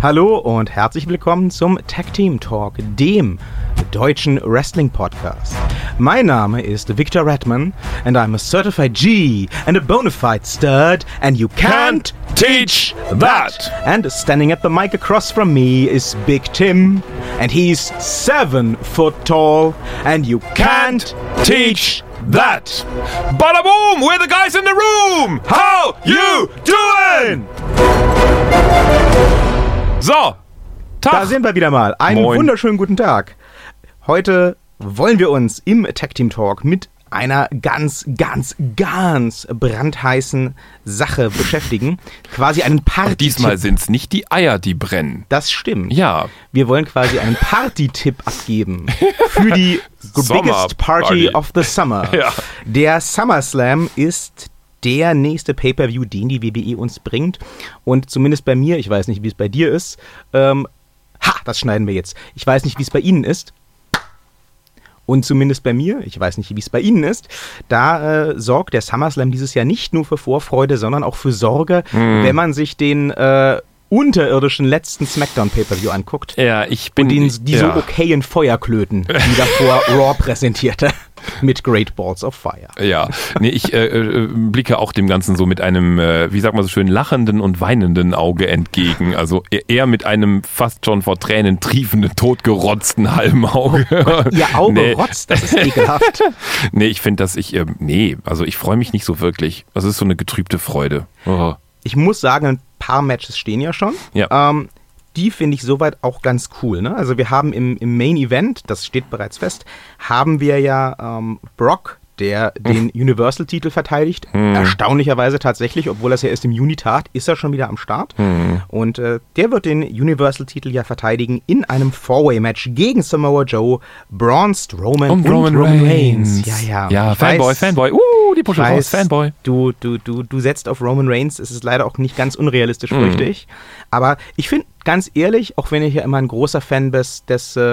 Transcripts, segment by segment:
Hallo und herzlich willkommen zum Tag Team Talk, dem deutschen Wrestling Podcast. Mein Name ist Victor Redman and I'm a certified G and a bona fide stud and you can't teach that. And standing at the mic across from me is Big Tim and he's 7 foot tall and you can't teach that. Bada boom, we're the guys in the room. How you doing? So, Tag. Da sind wir wieder mal. Einen wunderschönen guten Tag. Heute wollen wir uns im Tag Team Talk mit einer ganz brandheißen Sache beschäftigen. Quasi einen Party-Tipp. Diesmal sind es nicht die Eier, die brennen. Das stimmt. Ja. Wir wollen quasi einen Party-Tipp abgeben für die biggest Party of the Summer. Ja. Der SummerSlam ist der nächste Pay-Per-View, den die WWE uns bringt. Und zumindest bei mir, ich weiß nicht, wie es bei dir ist, das schneiden wir jetzt. Ich weiß nicht, wie es bei Ihnen ist. Und zumindest bei mir, ich weiß nicht, wie es bei Ihnen ist, da sorgt der SummerSlam dieses Jahr nicht nur für Vorfreude, sondern auch für Sorge, wenn man sich den unterirdischen letzten Smackdown-Pay-Per-View anguckt. Ja, ich bin... Und die so okayen Feuerklöten, die davor Raw präsentierte. Mit Great Balls of Fire. Ja, nee, ich blicke auch dem Ganzen so mit einem, wie sagt man so schön, lachenden und weinenden Auge entgegen. Also eher mit einem fast schon vor Tränen triefenden, totgerotzten halben Auge. Oh Gott, Ihr Auge rotzt, das ist ekelhaft. Nee, ich finde, dass ich freue mich nicht so wirklich. Das ist so eine getrübte Freude. Oh. Ich muss sagen, ein paar Matches stehen ja schon. Ja. Die finde ich soweit auch ganz cool. Ne? Also wir haben im Main Event, das steht bereits fest, haben wir ja Brock, der den Universal-Titel verteidigt. Erstaunlicherweise tatsächlich, obwohl er es ja erst im Juni tat, ist er schon wieder am Start. Und der wird den Universal-Titel ja verteidigen in einem Four-Way-Match gegen Samoa Joe, Braun Strowman und Roman Reigns. Ja, Fanboy. Die Push raus, Fanboy. Du setzt auf Roman Reigns. Es ist leider auch nicht ganz unrealistisch, fürchte ich. Aber ich finde, ganz ehrlich, auch wenn ich ja immer ein großer Fan des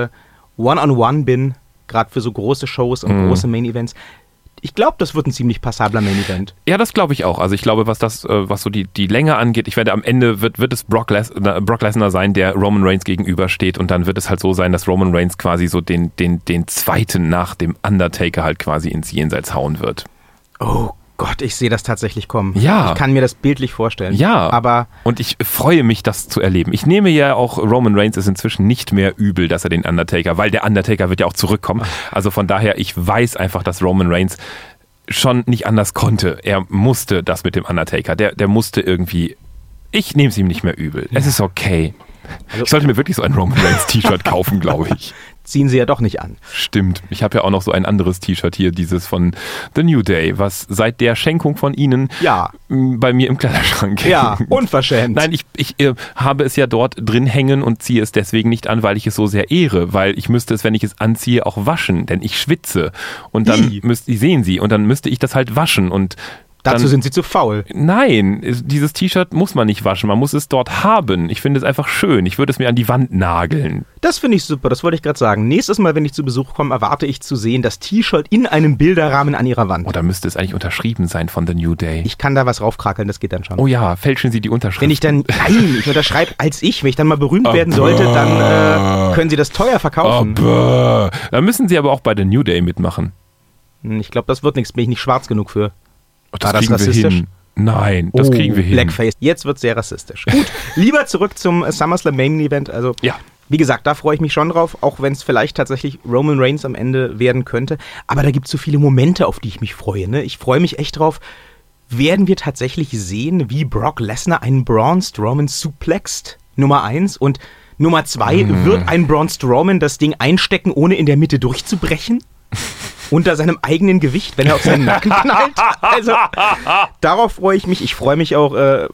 One-on-One bin, gerade für so große Shows und große Main-Events, ich glaube, das wird ein ziemlich passabler Main-Event. Ja, das glaube ich auch. Also ich glaube, was so die Länge angeht, am Ende wird es Brock Lesnar sein, der Roman Reigns gegenübersteht und dann wird es halt so sein, dass Roman Reigns quasi so den zweiten nach dem Undertaker halt quasi ins Jenseits hauen wird. Oh Gott, ich sehe das tatsächlich kommen. Ja. Ich kann mir das bildlich vorstellen. Ja, aber und ich freue mich, das zu erleben. Ich nehme ja auch, Roman Reigns ist inzwischen nicht mehr übel, dass er den Undertaker, weil der Undertaker wird ja auch zurückkommen. Also von daher, ich weiß einfach, dass Roman Reigns schon nicht anders konnte. Er musste das mit dem Undertaker. Der musste irgendwie, ich nehme es ihm nicht mehr übel. Ja. Es ist okay. Also, ich sollte mir wirklich so ein Roman Reigns T-Shirt kaufen, glaube ich. Ziehen sie ja doch nicht an. Stimmt. Ich habe ja auch noch so ein anderes T-Shirt hier, dieses von The New Day, was seit der Schenkung von Ihnen bei mir im Kleiderschrank hängt. Ja, unverschämt. Nein, ich habe es ja dort drin hängen und ziehe es deswegen nicht an, weil ich es so sehr ehre, weil ich müsste es, wenn ich es anziehe, auch waschen, denn ich schwitze. Und dann sehen Sie, und dann müsste ich das halt waschen und dazu sind Sie zu faul. Nein, dieses T-Shirt muss man nicht waschen, man muss es dort haben. Ich finde es einfach schön. Ich würde es mir an die Wand nageln. Das finde ich super, das wollte ich gerade sagen. Nächstes Mal, wenn ich zu Besuch komme, erwarte ich zu sehen, das T-Shirt in einem Bilderrahmen an Ihrer Wand. Oder müsste es eigentlich unterschrieben sein von The New Day? Ich kann da was raufkrakeln, das geht dann schon. Oh ja, fälschen Sie die Unterschrift. Wenn ich unterschreibe als ich. Wenn ich dann mal berühmt werden sollte, dann können Sie das teuer verkaufen. Dann müssen Sie aber auch bei The New Day mitmachen. Ich glaube, das wird nichts, bin ich nicht schwarz genug für. Das kriegen wir hin. Nein, das kriegen wir hin. Blackface. Jetzt wird es sehr rassistisch. Gut, lieber zurück zum SummerSlam Main Event. Also, wie gesagt, da freue ich mich schon drauf, auch wenn es vielleicht tatsächlich Roman Reigns am Ende werden könnte. Aber da gibt es so viele Momente, auf die ich mich freue. Ne? Ich freue mich echt drauf. Werden wir tatsächlich sehen, wie Brock Lesnar einen Braun Strowman suplext? Nummer 1. Und Nummer 2, wird ein Braun Strowman das Ding einstecken, ohne in der Mitte durchzubrechen? Unter seinem eigenen Gewicht, wenn er auf seinen Nacken knallt. Also, darauf freue ich mich. Ich freue mich auch,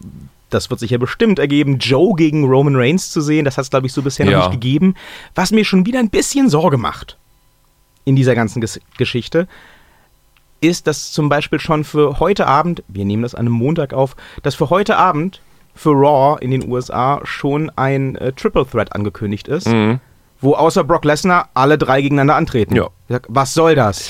das wird sich ja bestimmt ergeben, Joe gegen Roman Reigns zu sehen. Das hat es, glaube ich, so bisher noch nicht gegeben. Was mir schon wieder ein bisschen Sorge macht in dieser ganzen Geschichte, ist, dass zum Beispiel schon für heute Abend, wir nehmen das an einem Montag auf, dass für heute Abend für Raw in den USA schon ein Triple Threat angekündigt ist. Wo außer Brock Lesnar alle 3 gegeneinander antreten. Ja. Was soll das?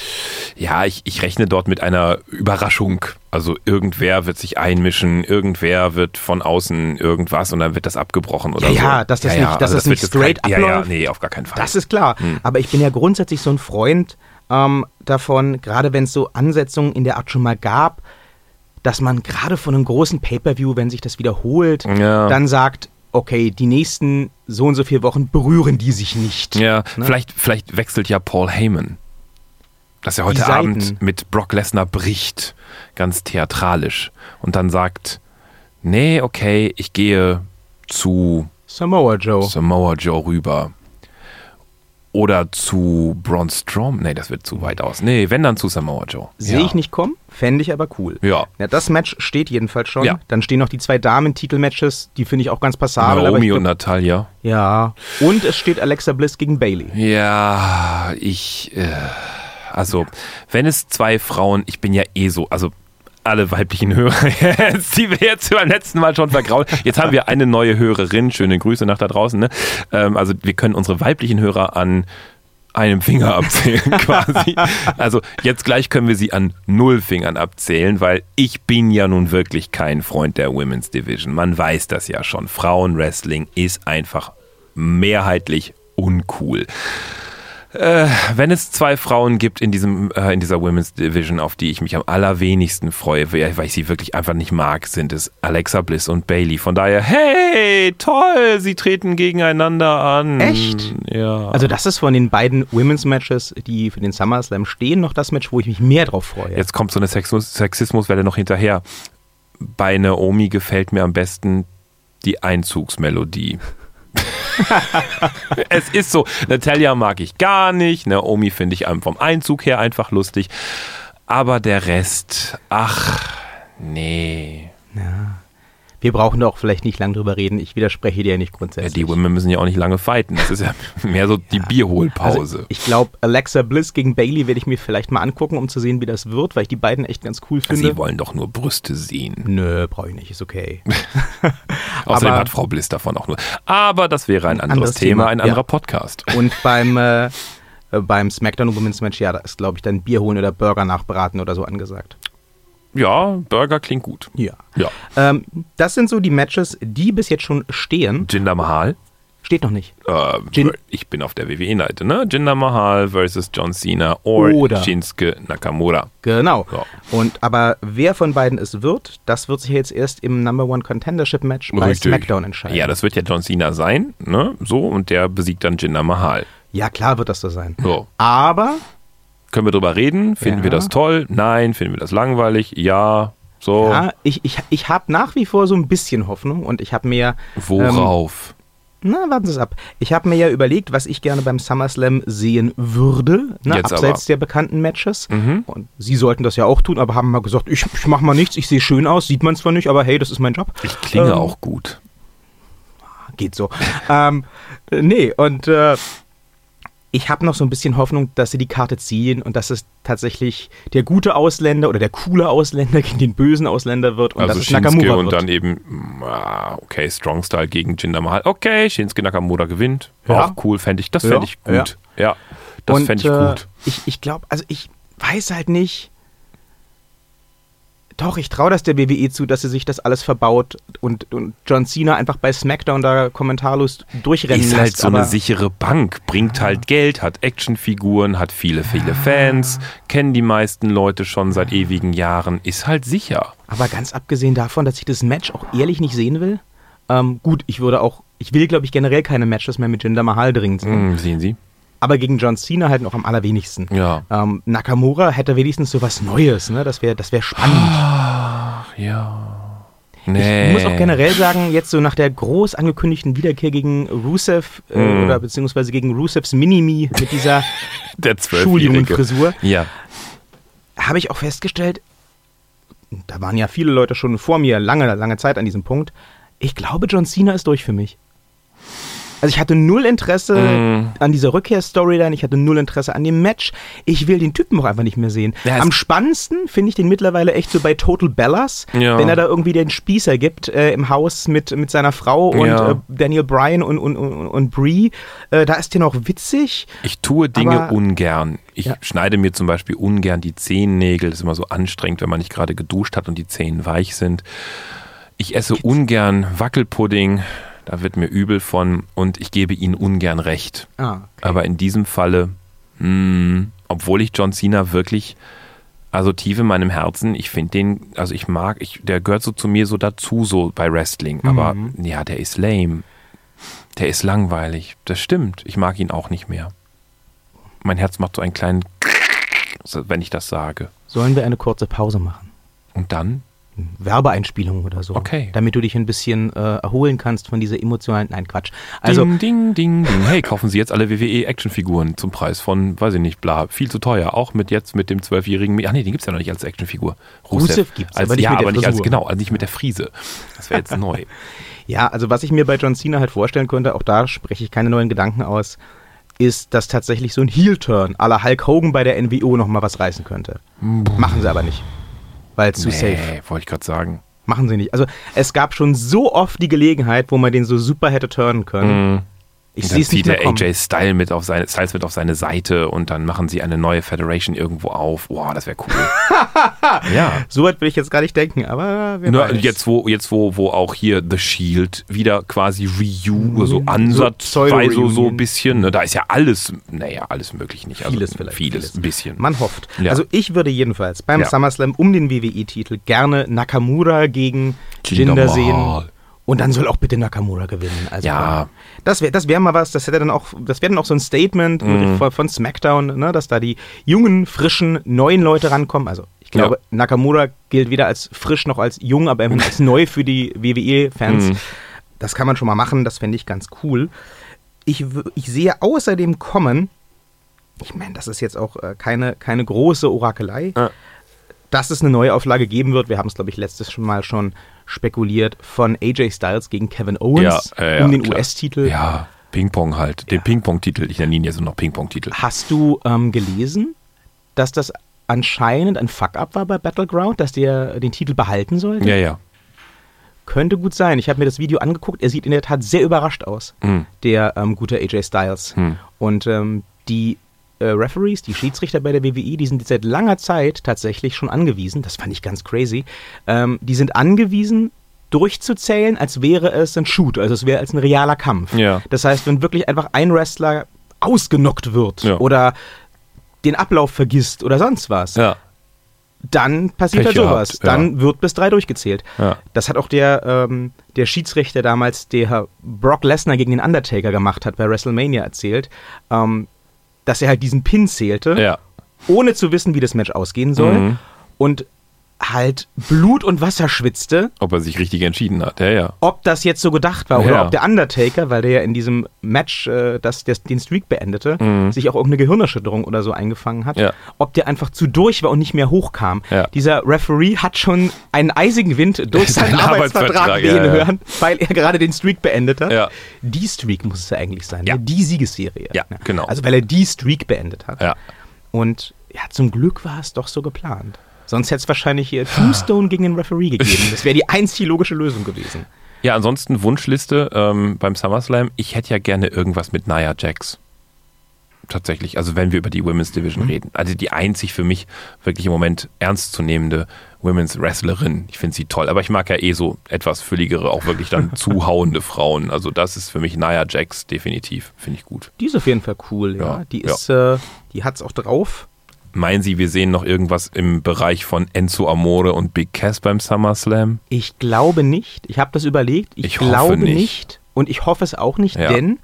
Ja, ich rechne dort mit einer Überraschung. Also irgendwer wird sich einmischen, irgendwer wird von außen irgendwas und dann wird das abgebrochen oder so. Ja, dass das nicht straight abläuft. Ja, nee, auf gar keinen Fall. Das ist klar. Aber ich bin ja grundsätzlich so ein Freund davon, gerade wenn es so Ansetzungen in der Art schon mal gab, dass man gerade von einem großen Pay-Per-View, wenn sich das wiederholt, dann sagt, okay, die nächsten so und so 4 Wochen berühren die sich nicht. Ja, ne? Vielleicht wechselt ja Paul Heyman. Dass er heute Abend mit Brock Lesnar bricht, ganz theatralisch. Und dann sagt, nee, okay, ich gehe zu Samoa Joe rüber. Oder zu Braun Strowman. Nee, das wird zu weit aus. Nee, wenn dann zu Samoa Joe. Sehe ich nicht kommen, fände ich aber cool. Ja. Das Match steht jedenfalls schon. Ja. Dann stehen noch die 2 Damen-Titel-Matches, die finde ich auch ganz passabel. Naomi und Natalya. Ja. Und es steht Alexa Bliss gegen Bayley. Ja, also, wenn es 2 Frauen, ich bin ja so, also alle weiblichen Hörer, die wir jetzt beim letzten Mal schon vergrault. Jetzt haben wir eine neue Hörerin, schöne Grüße nach da draußen. Ne? Also wir können unsere weiblichen Hörer an einem Finger abzählen quasi. Also jetzt gleich können wir sie an 0 Fingern abzählen, weil ich bin ja nun wirklich kein Freund der Women's Division. Man weiß das ja schon. Frauenwrestling ist einfach mehrheitlich uncool. Wenn es 2 Frauen gibt in dieser Women's Division, auf die ich mich am allerwenigsten freue, weil ich sie wirklich einfach nicht mag, sind es Alexa Bliss und Bayley. Von daher, hey, toll, sie treten gegeneinander an. Echt? Ja. Also das ist von den beiden Women's Matches, die für den SummerSlam stehen, noch das Match, wo ich mich mehr drauf freue. Jetzt kommt so eine Sexismuswelle noch hinterher. Bei Naomi gefällt mir am besten die Einzugsmelodie. Es ist so, Natalya mag ich gar nicht, Naomi finde ich vom Einzug her einfach lustig, aber der Rest, nee. Ja. Wir brauchen doch vielleicht nicht lange drüber reden, ich widerspreche dir ja nicht grundsätzlich. Ja, die Women müssen ja auch nicht lange fighten, das ist ja mehr so die Bierholpause. Also ich glaube, Alexa Bliss gegen Bayley werde ich mir vielleicht mal angucken, um zu sehen, wie das wird, weil ich die beiden echt ganz cool finde. Sie wollen doch nur Brüste sehen. Nö, brauche ich nicht, ist okay. Außerdem hat Frau Bliss davon auch nur. Aber das wäre ein anderes Thema, ein anderer Podcast. Und beim SmackDown Women's Match, ja, da ist, glaube ich, dann Bier holen oder Burger nachbraten oder so angesagt. Ja, Burger klingt gut. Ja. Das sind so die Matches, die bis jetzt schon stehen. Jinder Mahal. Steht noch nicht. Ich bin auf der WWE-Seite, ne? Jinder Mahal versus John Cena oder Shinsuke Nakamura. Genau. Ja. Aber wer von beiden es wird, das wird sich jetzt erst im Number One Contendership Match bei SmackDown entscheiden. Ja, das wird ja John Cena sein, ne? So, und der besiegt dann Jinder Mahal. Ja, klar wird das so sein. So. Aber können wir drüber reden? Finden wir das toll? Nein. Finden wir das langweilig? Ja. So. Ja, ich habe nach wie vor so ein bisschen Hoffnung und ich habe mir... Worauf? Warten Sie es ab. Ich habe mir ja überlegt, was ich gerne beim SummerSlam sehen würde, abseits der bekannten Matches. Und Sie sollten das ja auch tun, aber haben mal gesagt, ich mache mal nichts, ich sehe schön aus, sieht man zwar nicht, aber hey, das ist mein Job. Ich klinge auch gut. Geht so. Ich habe noch so ein bisschen Hoffnung, dass sie die Karte ziehen und dass es tatsächlich der gute Ausländer oder der coole Ausländer gegen den bösen Ausländer wird und also dass es Shinsuke Nakamura und wird. Dann eben, okay, Strong Style gegen Jinder Mahal. Okay, Shinsuke Nakamura gewinnt. Ja. Auch cool, fände ich. Das fände ich gut. Ja, das fände ich gut. Ich glaube, also ich weiß halt nicht. Doch, ich traue das der WWE zu, dass sie sich das alles verbaut und John Cena einfach bei SmackDown da kommentarlos durchrennen lässt. Ist halt so eine sichere Bank, bringt halt Geld, hat Actionfiguren, hat viele Fans, kennen die meisten Leute schon seit ewigen Jahren, ist halt sicher. Aber ganz abgesehen davon, dass ich das Match auch ehrlich nicht sehen will, gut, ich will, glaube ich, generell keine Matches mehr mit Jinder Mahal dringend sehen. Sehen Sie? Aber gegen John Cena halt noch am allerwenigsten. Ja. Nakamura hätte wenigstens so was Neues, ne? Das wär spannend. Ja. Nee. Ich muss auch generell sagen, jetzt so nach der groß angekündigten Wiederkehr gegen Rusev oder beziehungsweise gegen Rusevs Minimi mit dieser Schuljungenfrisur, habe ich auch festgestellt, da waren ja viele Leute schon vor mir lange Zeit an diesem Punkt, ich glaube, John Cena ist durch für mich. Also ich hatte null Interesse an dieser Rückkehr-Storyline, ich hatte null Interesse an dem Match. Ich will den Typen auch einfach nicht mehr sehen. Ja, am spannendsten finde ich den mittlerweile echt so bei Total Bellas, wenn er da irgendwie den Spießer gibt im Haus mit seiner Frau und Daniel Bryan und Brie. Da ist der noch witzig. Ich tue Dinge ungern. Ich schneide mir zum Beispiel ungern die Zehennägel. Das ist immer so anstrengend, wenn man nicht gerade geduscht hat und die Zähne weich sind. Ich esse ungern Wackelpudding. Da wird mir übel von und ich gebe ihnen ungern recht. Okay. Aber in diesem Falle, obwohl ich John Cena wirklich, also tief in meinem Herzen, ich finde den, also der gehört so zu mir so dazu, so bei Wrestling. Aber ja, der ist lame. Der ist langweilig. Das stimmt. Ich mag ihn auch nicht mehr. Mein Herz macht so einen kleinen, wenn ich das sage. Sollen wir eine kurze Pause machen? Und dann? Werbeeinspielung oder so. Okay. Damit du dich ein bisschen erholen kannst von dieser emotionalen... Nein, Quatsch. Also, ding, ding, ding. Hey, kaufen Sie jetzt alle WWE-Actionfiguren zum Preis von, weiß ich nicht, bla, viel zu teuer. Auch mit dem 12-jährigen... Ach nee, den gibt es ja noch nicht als Actionfigur. Rusev gibt es, aber nicht mit der Frisur. Also nicht mit der Friese. Das wäre jetzt neu. Ja, also was ich mir bei John Cena halt vorstellen könnte, auch da spreche ich keine neuen Gedanken aus, ist, dass tatsächlich so ein Heel-Turn à la Hulk Hogan bei der NWO nochmal was reißen könnte. Machen sie aber nicht. Weil es zu safe. Wollte ich gerade sagen. Machen sie nicht. Also es gab schon so oft die Gelegenheit, wo man den so super hätte turnen können. Ich sehe es nicht mehr kommen. AJ Styles mit auf seine Seite und dann machen sie eine neue Federation irgendwo auf. Boah, das wäre cool. Ja. So weit will ich jetzt gar nicht denken, aber jetzt wo auch hier The Shield wieder quasi so ansatzweise so ein bisschen. Ne, da ist ja alles möglich nicht. Also vieles ein bisschen. Man hofft. Ja. Also ich würde jedenfalls beim SummerSlam um den WWE-Titel gerne Nakamura gegen Jinder sehen. Und dann soll auch bitte Nakamura gewinnen. Also das wäre mal was, das wäre dann auch so ein Statement von SmackDown, ne, dass da die jungen, frischen, neuen Leute rankommen. Also ich glaube, Nakamura gilt weder als frisch noch als jung, aber immerhin als neu für die WWE-Fans. Das kann man schon mal machen, das fände ich ganz cool. Ich sehe außerdem kommen, ich meine, das ist jetzt auch keine große Orakelei, dass es eine Neuauflage geben wird. Wir haben es, glaube ich, letztes Mal schon spekuliert, von AJ Styles gegen Kevin Owens um den US-Titel. Ja, Ping-Pong halt. Den Ping-Pong-Titel. Ich nenne ihn jetzt noch Ping-Pong-Titel. Hast du gelesen, dass das anscheinend ein Fuck-up war bei Battleground, dass der den Titel behalten sollte? Ja. Könnte gut sein. Ich habe mir das Video angeguckt. Er sieht in der Tat sehr überrascht aus, der gute AJ Styles. Und die Referees, die Schiedsrichter bei der WWE, die sind seit langer Zeit tatsächlich schon angewiesen, das fand ich ganz crazy, die sind angewiesen, durchzuzählen, als wäre es ein Shoot, also es wäre als ein realer Kampf. Ja. Das heißt, wenn wirklich einfach ein Wrestler ausgenockt wird oder den Ablauf vergisst oder sonst was, dann passiert halt sowas. Dann wird bis 3 durchgezählt. Ja. Das hat auch der Schiedsrichter damals, der Brock Lesnar gegen den Undertaker gemacht hat, bei WrestleMania erzählt, dass er halt diesen Pin zählte, ohne zu wissen, wie das Match ausgehen soll und halt Blut und Wasser schwitzte. Ob er sich richtig entschieden hat, Ob das jetzt so gedacht war oder ob der Undertaker, weil der ja in diesem Match den Streak beendete, sich auch irgendeine Gehirnerschütterung oder so eingefangen hat, ob der einfach zu durch war und nicht mehr hochkam. Ja. Dieser Referee hat schon einen eisigen Wind durch seinen Arbeitsvertrag wehen hören, weil er gerade den Streak beendet hat. Ja. Die Streak muss es ja eigentlich sein, die Siegesserie. Ja, genau. Also weil er die Streak beendet hat. Ja. Und zum Glück war es doch so geplant. Sonst hätte es wahrscheinlich hier Tombstone gegen den Referee gegeben. Das wäre die einzig logische Lösung gewesen. Ja, ansonsten Wunschliste beim SummerSlam. Ich hätte ja gerne irgendwas mit Nia Jax. Tatsächlich, also wenn wir über die Women's Division reden. Also die einzig für mich wirklich im Moment ernstzunehmende Women's Wrestlerin. Ich finde sie toll, aber ich mag ja so etwas fülligere, auch wirklich dann zuhauende Frauen. Also das ist für mich Nia Jax definitiv, finde ich gut. Die ist auf jeden Fall cool, Die ist, die hat's auch drauf. Meinen Sie, wir sehen noch irgendwas im Bereich von Enzo Amore und Big Cass beim SummerSlam? Ich glaube nicht. Ich habe das überlegt. Ich glaube nicht. Und ich hoffe es auch nicht, denn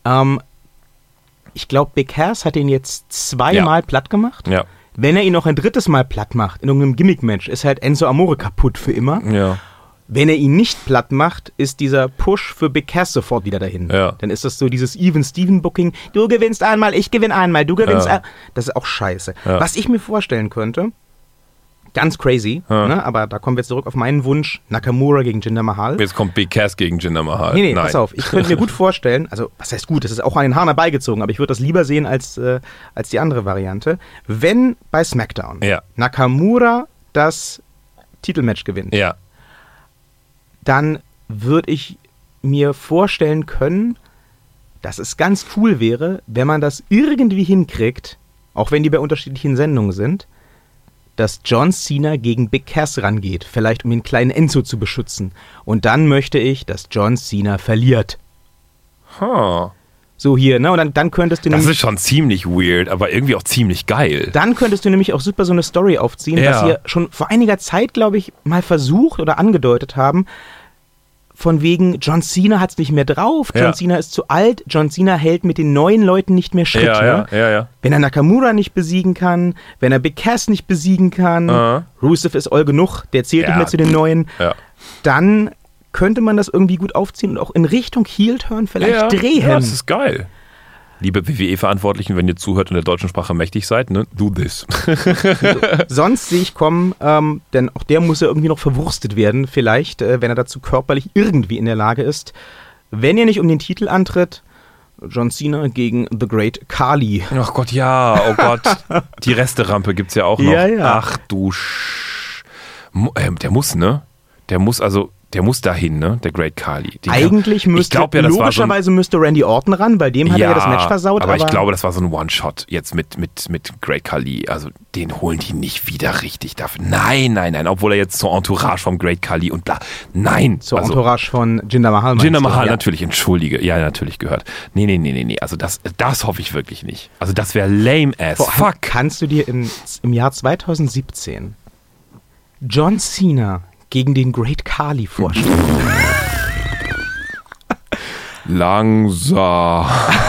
ich glaube, Big Cass hat ihn jetzt 2-mal platt gemacht. Ja. Wenn er ihn noch ein 3. Mal platt macht, in irgendeinem Gimmick-Match, ist halt Enzo Amore kaputt für immer. Ja. Wenn er ihn nicht platt macht, ist dieser Push für Big Cass sofort wieder dahin. Ja. Dann ist das so dieses Even-Steven-Booking. Du gewinnst einmal, ich gewinne einmal, du gewinnst einmal. Das ist auch scheiße. Ja. Was ich mir vorstellen könnte, ganz crazy, ne? Aber da kommen wir zurück auf meinen Wunsch, Nakamura gegen Jinder Mahal. Jetzt kommt Big Cass gegen Jinder Mahal. Nee, pass auf, ich könnte mir gut vorstellen, also was heißt gut, das ist auch an den Haaren herbeigezogen, aber ich würde das lieber sehen als die andere Variante, wenn bei SmackDown Nakamura das Titelmatch gewinnt, dann würde ich mir vorstellen können, dass es ganz cool wäre, wenn man das irgendwie hinkriegt, auch wenn die bei unterschiedlichen Sendungen sind, dass John Cena gegen Big Cass rangeht, vielleicht um den kleinen Enzo zu beschützen. Und dann möchte ich, dass John Cena verliert. So hier, ne? Und dann könntest du nämlich... Das ist schon ziemlich weird, aber irgendwie auch ziemlich geil. Dann könntest du nämlich auch super so eine Story aufziehen, was wir schon vor einiger Zeit, glaube ich, mal versucht oder angedeutet haben. Von wegen, John Cena hat es nicht mehr drauf, John Cena ist zu alt, John Cena hält mit den neuen Leuten nicht mehr Schritt. Ja. Wenn er Nakamura nicht besiegen kann, wenn er Big Cass nicht besiegen kann, Rusev ist all genug, der zählt nicht mehr zu den Neuen, dann könnte man das irgendwie gut aufziehen und auch in Richtung Heel-Turn vielleicht drehen. Ja, das ist geil. Liebe WWE-Verantwortlichen, wenn ihr zuhört und der deutschen Sprache mächtig seid, ne, do this. Sonst sehe ich kommen, denn auch der muss ja irgendwie noch verwurstet werden, vielleicht, wenn er dazu körperlich irgendwie in der Lage ist. Wenn er nicht um den Titel antritt, John Cena gegen The Great Khali. Ach Gott, ja, oh Gott. Die Resterampe gibt's ja auch noch. Ja. Ach du der muss, ne? Der muss dahin, ne? Der Great Khali. Eigentlich müsste, logischerweise müsste Randy Orton ran, bei dem hat er ja das Match versaut. Aber ich glaube, das war so ein One-Shot jetzt mit Great Khali. Also den holen die nicht wieder richtig dafür. Nein. Obwohl er jetzt zur Entourage vom Great Khali und bla. Nein. Zur Entourage von Jinder Mahal. Jinder Mahal, natürlich, entschuldige. Ja, natürlich gehört. Nee. Also das hoffe ich wirklich nicht. Also das wäre lame as fuck. Kannst du dir im Jahr 2017 John Cena gegen den Great Khali vorstellen? Langsam.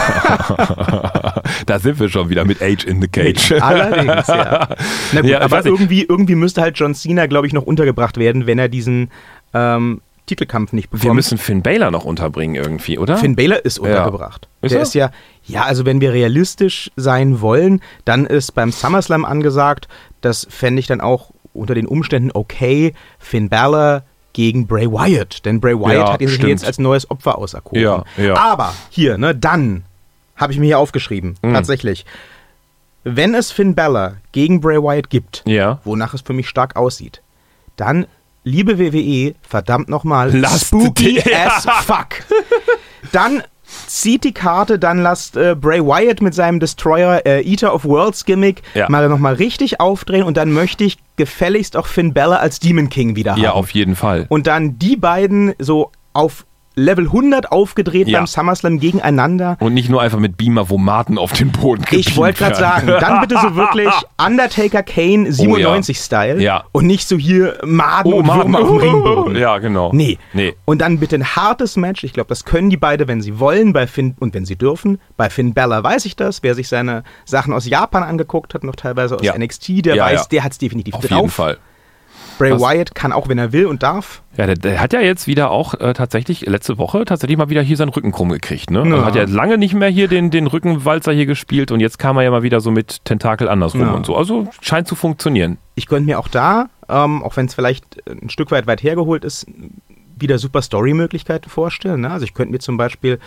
Da sind wir schon wieder mit Age in the Cage. Allerdings, ja. Na gut, aber irgendwie müsste halt John Cena, glaube ich, noch untergebracht werden, wenn er diesen Titelkampf nicht bekommt. Wir müssen Finn Balor noch unterbringen irgendwie, oder? Finn Balor ist untergebracht. Der ist ja, also wenn wir realistisch sein wollen, dann ist beim SummerSlam angesagt, das fände ich dann auch unter den Umständen okay, Finn Balor gegen Bray Wyatt. Denn Bray Wyatt hat ihn sich jetzt als neues Opfer auserkoren. Ja. Aber hier, ne, dann habe ich mir hier aufgeschrieben, tatsächlich, wenn es Finn Balor gegen Bray Wyatt gibt, wonach es für mich stark aussieht, dann, liebe WWE, verdammt nochmal, spooky as fuck. Dann zieht die Karte, dann lasst Bray Wyatt mit seinem Destroyer Eater of Worlds Gimmick mal nochmal richtig aufdrehen und dann möchte ich gefälligst auch Finn Balor als Demon King wieder haben. Ja, auf jeden Fall. Und dann die beiden so auf Level 100 aufgedreht beim SummerSlam gegeneinander. Und nicht nur einfach mit Beamer-Vomaten auf den Boden gebeamt. Ich wollte gerade sagen, dann bitte so wirklich Undertaker Kane 97-Style und nicht so hier Maden und Würmer auf dem Ringboden. Ja, genau. Nee. Und dann bitte ein hartes Match. Ich glaube, das können die beide, wenn sie wollen, bei Finn und wenn sie dürfen. Bei Finn Balor weiß ich das. Wer sich seine Sachen aus Japan angeguckt hat, noch teilweise aus NXT, der weiß, der hat es definitiv drauf. Auf jeden Fall. Bray Wyatt kann auch, wenn er will und darf. Ja, der hat ja jetzt wieder auch letzte Woche mal wieder hier seinen Rücken krumm gekriegt. Ne? Also hat ja lange nicht mehr hier den Rückenwalzer hier gespielt und jetzt kam er ja mal wieder so mit Tentakel andersrum und so. Also scheint zu funktionieren. Ich könnte mir auch da, auch wenn es vielleicht ein Stück weit hergeholt ist, wieder super Story-Möglichkeiten vorstellen. Ne? Also ich könnte mir zum Beispiel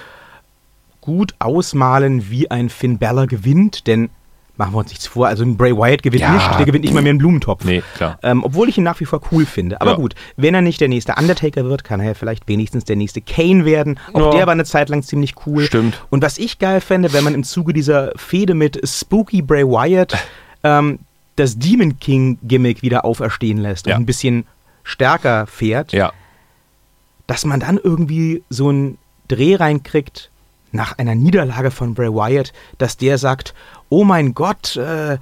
gut ausmalen, wie ein Finn Balor gewinnt, denn machen wir uns nichts vor, also ein Bray Wyatt gewinnt nicht, der gewinnt nicht mal mehr einen Blumentopf. Nee, klar. Obwohl ich ihn nach wie vor cool finde. Aber gut, wenn er nicht der nächste Undertaker wird, kann er ja vielleicht wenigstens der nächste Kane werden. Auch der war eine Zeit lang ziemlich cool. Stimmt. Und was ich geil fände, wenn man im Zuge dieser Fehde mit Spooky Bray Wyatt das Demon King Gimmick wieder auferstehen lässt und ein bisschen stärker fährt, dass man dann irgendwie so einen Dreh reinkriegt, nach einer Niederlage von Bray Wyatt, dass der sagt, oh mein Gott,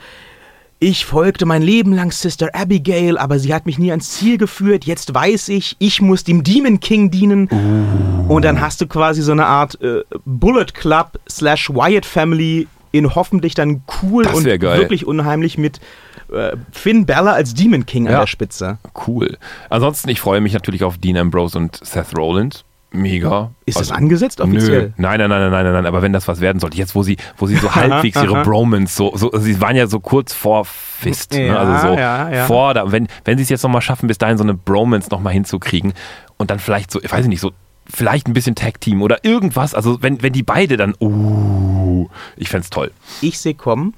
ich folgte mein Leben lang Sister Abigail, aber sie hat mich nie ans Ziel geführt, jetzt weiß ich muss dem Demon King dienen. Und dann hast du quasi so eine Art Bullet Club / Wyatt Family in hoffentlich dann cool und wirklich unheimlich mit Finn Balor als Demon King an der Spitze. Cool. Ansonsten, ich freue mich natürlich auf Dean Ambrose und Seth Rollins. Mega. Ist das angesetzt offiziell? Nö. Nein, aber wenn das was werden sollte, jetzt wo sie so halbwegs ihre Bromance, so, sie waren ja so kurz vor Fist, ne? Also so vor, wenn sie es jetzt nochmal schaffen, bis dahin so eine Bromance nochmal hinzukriegen und dann vielleicht so, ich weiß nicht, so vielleicht ein bisschen Tag-Team oder irgendwas, also wenn die beide dann, ich fänd's toll. Ich sehe kommen,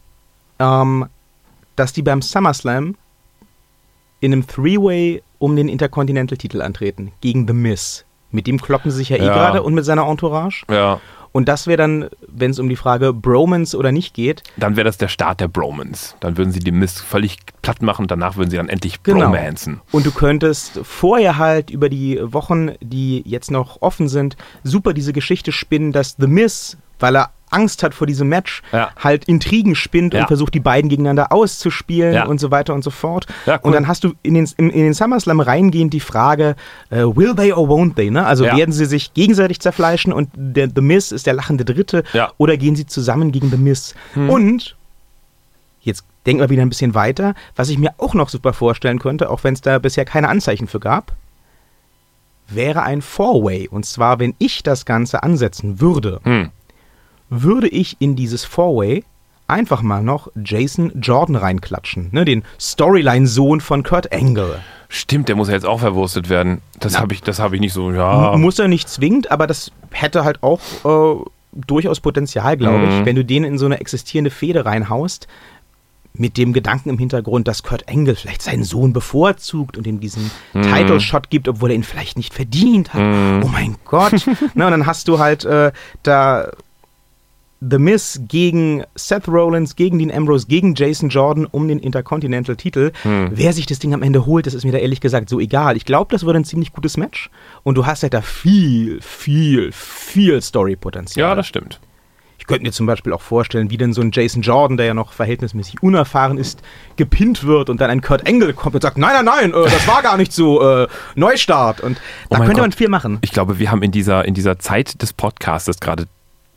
dass die beim SummerSlam in einem Three-Way um den Intercontinental-Titel antreten, gegen The Miz. Mit dem kloppen sie sich ja gerade und mit seiner Entourage. Ja. Und das wäre dann, wenn es um die Frage Bromance oder nicht geht. Dann wäre das der Start der Bromance. Dann würden sie die Miz völlig platt machen und danach würden sie dann endlich bromancen. Und du könntest vorher halt über die Wochen, die jetzt noch offen sind, super diese Geschichte spinnen, dass The Miz, weil er Angst hat vor diesem Match, halt Intrigen spinnt und versucht, die beiden gegeneinander auszuspielen und so weiter und so fort. Ja, cool. Und dann hast du in den SummerSlam reingehend die Frage, will they or won't they? Ne? Also werden sie sich gegenseitig zerfleischen und The Miz ist der lachende Dritte oder gehen sie zusammen gegen The Miz? Und jetzt denken wir wieder ein bisschen weiter, was ich mir auch noch super vorstellen könnte, auch wenn es da bisher keine Anzeichen für gab, wäre ein Four-Way. Und zwar, wenn ich das Ganze ansetzen würde, würde ich in dieses Four-Way einfach mal noch Jason Jordan reinklatschen, ne, den Storyline-Sohn von Kurt Angle. Stimmt, der muss ja jetzt auch verwurstet werden. Das habe ich nicht so, Muss er nicht zwingend, aber das hätte halt auch durchaus Potenzial, glaube ich, wenn du den in so eine existierende Fehde reinhaust, mit dem Gedanken im Hintergrund, dass Kurt Angle vielleicht seinen Sohn bevorzugt und ihm diesen Title-Shot gibt, obwohl er ihn vielleicht nicht verdient hat. Oh mein Gott. Na, und dann hast du halt da The Miz gegen Seth Rollins, gegen Dean Ambrose, gegen Jason Jordan um den Intercontinental-Titel. Wer sich das Ding am Ende holt, das ist mir da ehrlich gesagt so egal. Ich glaube, das wird ein ziemlich gutes Match und du hast halt da viel Story-Potenzial. Ja, das stimmt. Ich könnte mir zum Beispiel auch vorstellen, wie denn so ein Jason Jordan, der ja noch verhältnismäßig unerfahren ist, gepinnt wird und dann ein Kurt Angle kommt und sagt, nein, das war gar nicht so, Neustart. Und da könnte man viel machen. Ich glaube, wir haben in dieser Zeit des Podcastes gerade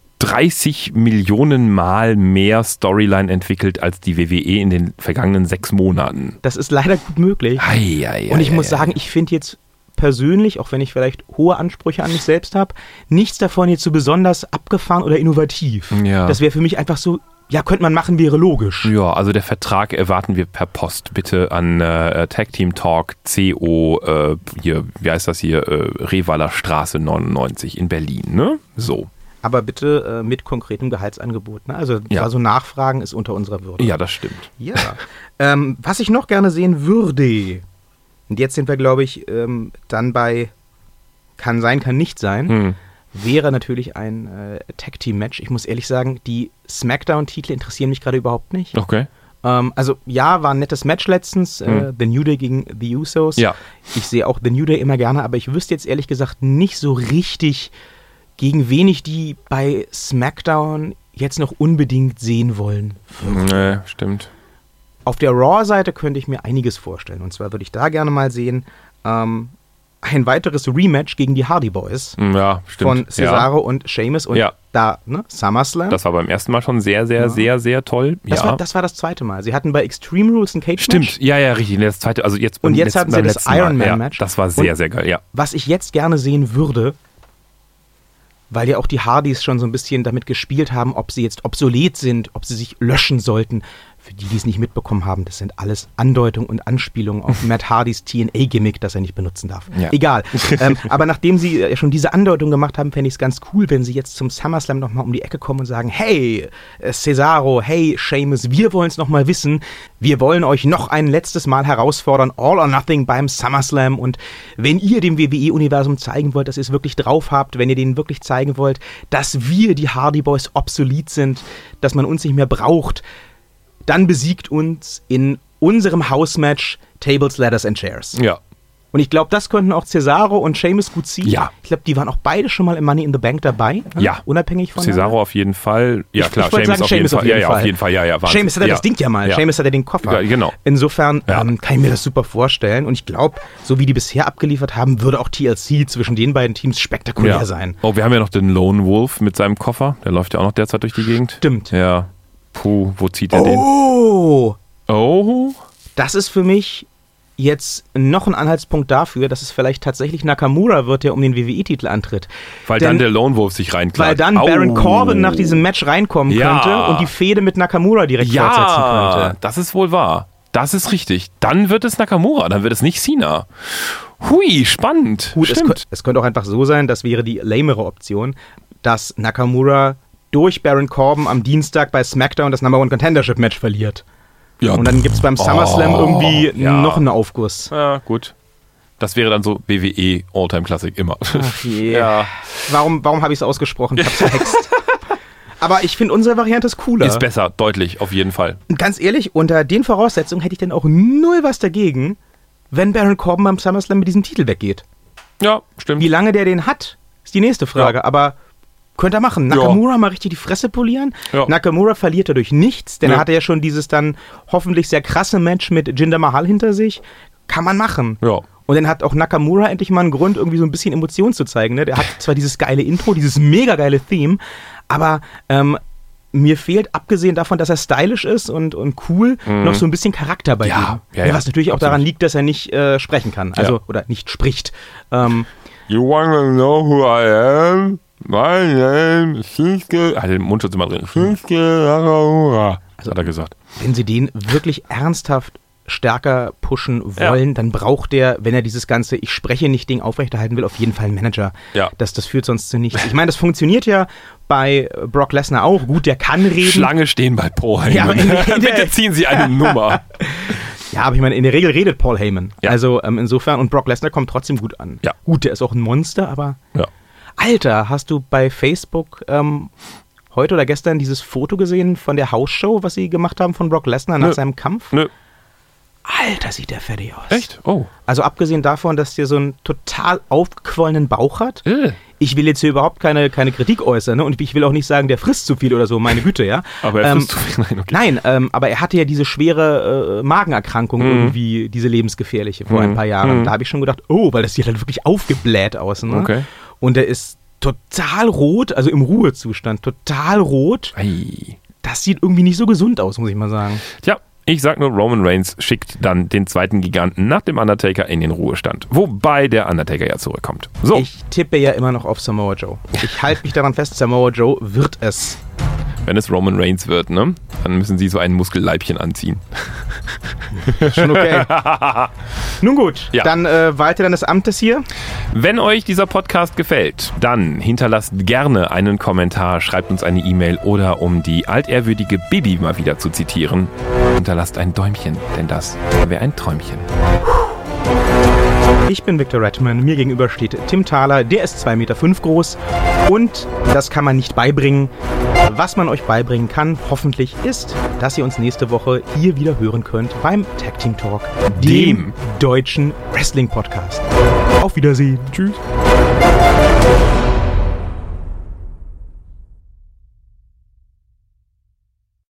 30 Millionen Mal mehr Storyline entwickelt als die WWE in den vergangenen 6 Monaten. Das ist leider gut möglich. Und ich muss sagen, ich finde jetzt persönlich, auch wenn ich vielleicht hohe Ansprüche an mich selbst habe, nichts davon jetzt so besonders abgefahren oder innovativ. Ja. Das wäre für mich einfach so, könnte man machen, wäre logisch. Ja, also der Vertrag erwarten wir per Post bitte an Tag Team Talk CO, hier, wie heißt das hier, Revaler Straße 99 in Berlin, ne? So. Aber bitte mit konkretem Gehaltsangebot. Ne? Also so Nachfragen ist unter unserer Würde. Ja, das stimmt. Ja. Was ich noch gerne sehen würde, und jetzt sind wir, glaube ich, dann bei kann sein, kann nicht sein, wäre natürlich ein Tag-Team-Match. Ich muss ehrlich sagen, die SmackDown-Titel interessieren mich gerade überhaupt nicht. Okay. Also war ein nettes Match letztens, The New Day gegen The Usos. Ja. Ich sehe auch The New Day immer gerne, aber ich wüsste jetzt ehrlich gesagt nicht so richtig, gegen wen ich die bei SmackDown jetzt noch unbedingt sehen wollen würde. Nee, stimmt. Auf der Raw-Seite könnte ich mir einiges vorstellen. Und zwar würde ich da gerne mal sehen, ein weiteres Rematch gegen die Hardy Boys. Ja, stimmt. Von Cesaro und Sheamus und da, ne, SummerSlam. Das war beim ersten Mal schon sehr, sehr, sehr, sehr toll. Das war das zweite Mal. Sie hatten bei Extreme Rules ein Cage-Match. Stimmt, ja, richtig. Das zweite, also jetzt und jetzt hatten sie das Iron Man-Match. Das war sehr, sehr geil, ja. Was ich jetzt gerne sehen würde, weil ja auch die Hardys schon so ein bisschen damit gespielt haben, ob sie jetzt obsolet sind, ob sie sich löschen sollten. Für die es nicht mitbekommen haben, das sind alles Andeutungen und Anspielungen auf Matt Hardys TNA-Gimmick, das er nicht benutzen darf. Ja. Egal. Aber nachdem sie schon diese Andeutung gemacht haben, fände ich es ganz cool, wenn sie jetzt zum SummerSlam nochmal um die Ecke kommen und sagen, hey, Cesaro, hey, Sheamus, wir wollen es nochmal wissen. Wir wollen euch noch ein letztes Mal herausfordern, All or Nothing beim SummerSlam. Und wenn ihr dem WWE-Universum zeigen wollt, dass ihr es wirklich drauf habt, wenn ihr denen wirklich zeigen wollt, dass wir, die Hardy Boys, obsolet sind, dass man uns nicht mehr braucht, dann besiegt uns in unserem Hausmatch Tables, Ladders and Chairs. Ja. Und ich glaube, das könnten auch Cesaro und Sheamus gut ziehen. Ja. Ich glaube, die waren auch beide schon mal im Money in the Bank dabei. Ja. Unabhängig von Cesaro auf jeden Fall. Ja, ich klar. Sheamus auf jeden Fall. Ja, auf jeden Fall. Ja, Sheamus hat ja das Ding ja mal. Sheamus hat ja den Koffer. Ja, genau. Insofern kann ich mir das super vorstellen. Und ich glaube, so wie die bisher abgeliefert haben, würde auch TLC zwischen den beiden Teams spektakulär sein. Oh, wir haben ja noch den Lone Wolf mit seinem Koffer. Der läuft ja auch noch derzeit durch die Gegend. Stimmt. Ja. Puh, wo zieht er den? Oh! Oh? Das ist für mich jetzt noch ein Anhaltspunkt dafür, dass es vielleicht tatsächlich Nakamura wird, der um den WWE-Titel antritt. Weil dann der Lone Wolf sich reinklagt. Weil dann Baron Corbin nach diesem Match reinkommen könnte und die Fehde mit Nakamura direkt fortsetzen könnte. Ja, das ist wohl wahr. Das ist richtig. Dann wird es Nakamura, dann wird es nicht Cena. Hui, spannend. Gut, es könnte auch einfach so sein, das wäre die lamere Option, dass Nakamura durch Baron Corbin am Dienstag bei SmackDown das Number One Contendership Match verliert. Ja. Und dann gibt es beim SummerSlam irgendwie noch einen Aufguss. Ja, gut. Das wäre dann so WWE All-Time Classic immer. Ach je. Ja. Warum habe ich es ausgesprochen? Ich hab's verhext. Aber ich finde, unsere Variante ist cooler. Ist besser, deutlich, auf jeden Fall. Und ganz ehrlich, unter den Voraussetzungen hätte ich dann auch null was dagegen, wenn Baron Corbin beim SummerSlam mit diesem Titel weggeht. Ja, stimmt. Wie lange der den hat, ist die nächste Frage. Ja. Aber könnte er machen. Nakamura mal richtig die Fresse polieren. Ja. Nakamura verliert dadurch nichts, denn er hatte ja schon dieses dann hoffentlich sehr krasse Match mit Jinder Mahal hinter sich. Kann man machen. Ja. Und dann hat auch Nakamura endlich mal einen Grund, irgendwie so ein bisschen Emotionen zu zeigen. Ne? Der hat zwar dieses geile Intro, dieses mega geile Theme, aber mir fehlt, abgesehen davon, dass er stylisch ist und cool, noch so ein bisschen Charakter bei ihm. Ja, was natürlich auch daran liegt, dass er nicht sprechen kann. Also, oder nicht spricht. You wanna know who I am? My name is Shinsuke. Hat den Mundschutz immer drin. Shinsuke Nakamura. Also, hat er gesagt. Wenn sie den wirklich ernsthaft stärker pushen wollen, dann braucht der, wenn er dieses ganze Ich spreche nicht Ding aufrechterhalten will, auf jeden Fall einen Manager. Ja. Das führt sonst zu nichts. Ich meine, das funktioniert ja bei Brock Lesnar auch. Gut, der kann reden. Schlange stehen bei Paul Heyman. Ja, bitte ziehen Sie eine Nummer. Ja, aber ich meine, in der Regel redet Paul Heyman. Ja. Also insofern, und Brock Lesnar kommt trotzdem gut an. Ja. Gut, der ist auch ein Monster, aber ja. Alter, hast du bei Facebook heute oder gestern dieses Foto gesehen von der Hausshow, was sie gemacht haben von Brock Lesnar nach seinem Kampf? Nö. Alter, sieht der fertig aus. Echt? Oh. Also abgesehen davon, dass der so einen total aufgequollenen Bauch hat. Ich will jetzt hier überhaupt keine Kritik äußern, ne? Und ich will auch nicht sagen, der frisst zu viel oder so, meine Güte, ja. Aber er frisst zu viel, nein, okay. Nein, aber er hatte ja diese schwere Magenerkrankung irgendwie, diese lebensgefährliche vor ein paar Jahren. Da habe ich schon gedacht, weil das sieht halt wirklich aufgebläht aus, ne? Okay. Und er ist total rot, also im Ruhezustand, total rot. Ei. Das sieht irgendwie nicht so gesund aus, muss ich mal sagen. Tja. Ich sag nur, Roman Reigns schickt dann den zweiten Giganten nach dem Undertaker in den Ruhestand. Wobei der Undertaker ja zurückkommt. So. Ich tippe ja immer noch auf Samoa Joe. Ich halte mich daran fest, Samoa Joe wird es. Wenn es Roman Reigns wird, ne? Dann müssen sie so ein Muskelleibchen anziehen. Schon okay. Nun gut, dann walte dann des Amtes hier. Wenn euch dieser Podcast gefällt, dann hinterlasst gerne einen Kommentar, schreibt uns eine E-Mail oder, um die altehrwürdige Bibi mal wieder zu zitieren, hinterlasst ein Däumchen, denn das wäre ein Träumchen. Ich bin Victor Redman, mir gegenüber steht Tim Thaler, der ist 2,5 Meter groß und das kann man nicht beibringen. Was man euch beibringen kann, hoffentlich, ist, dass ihr uns nächste Woche hier wieder hören könnt beim Tag Team Talk, dem deutschen Wrestling-Podcast. Auf Wiedersehen. Tschüss.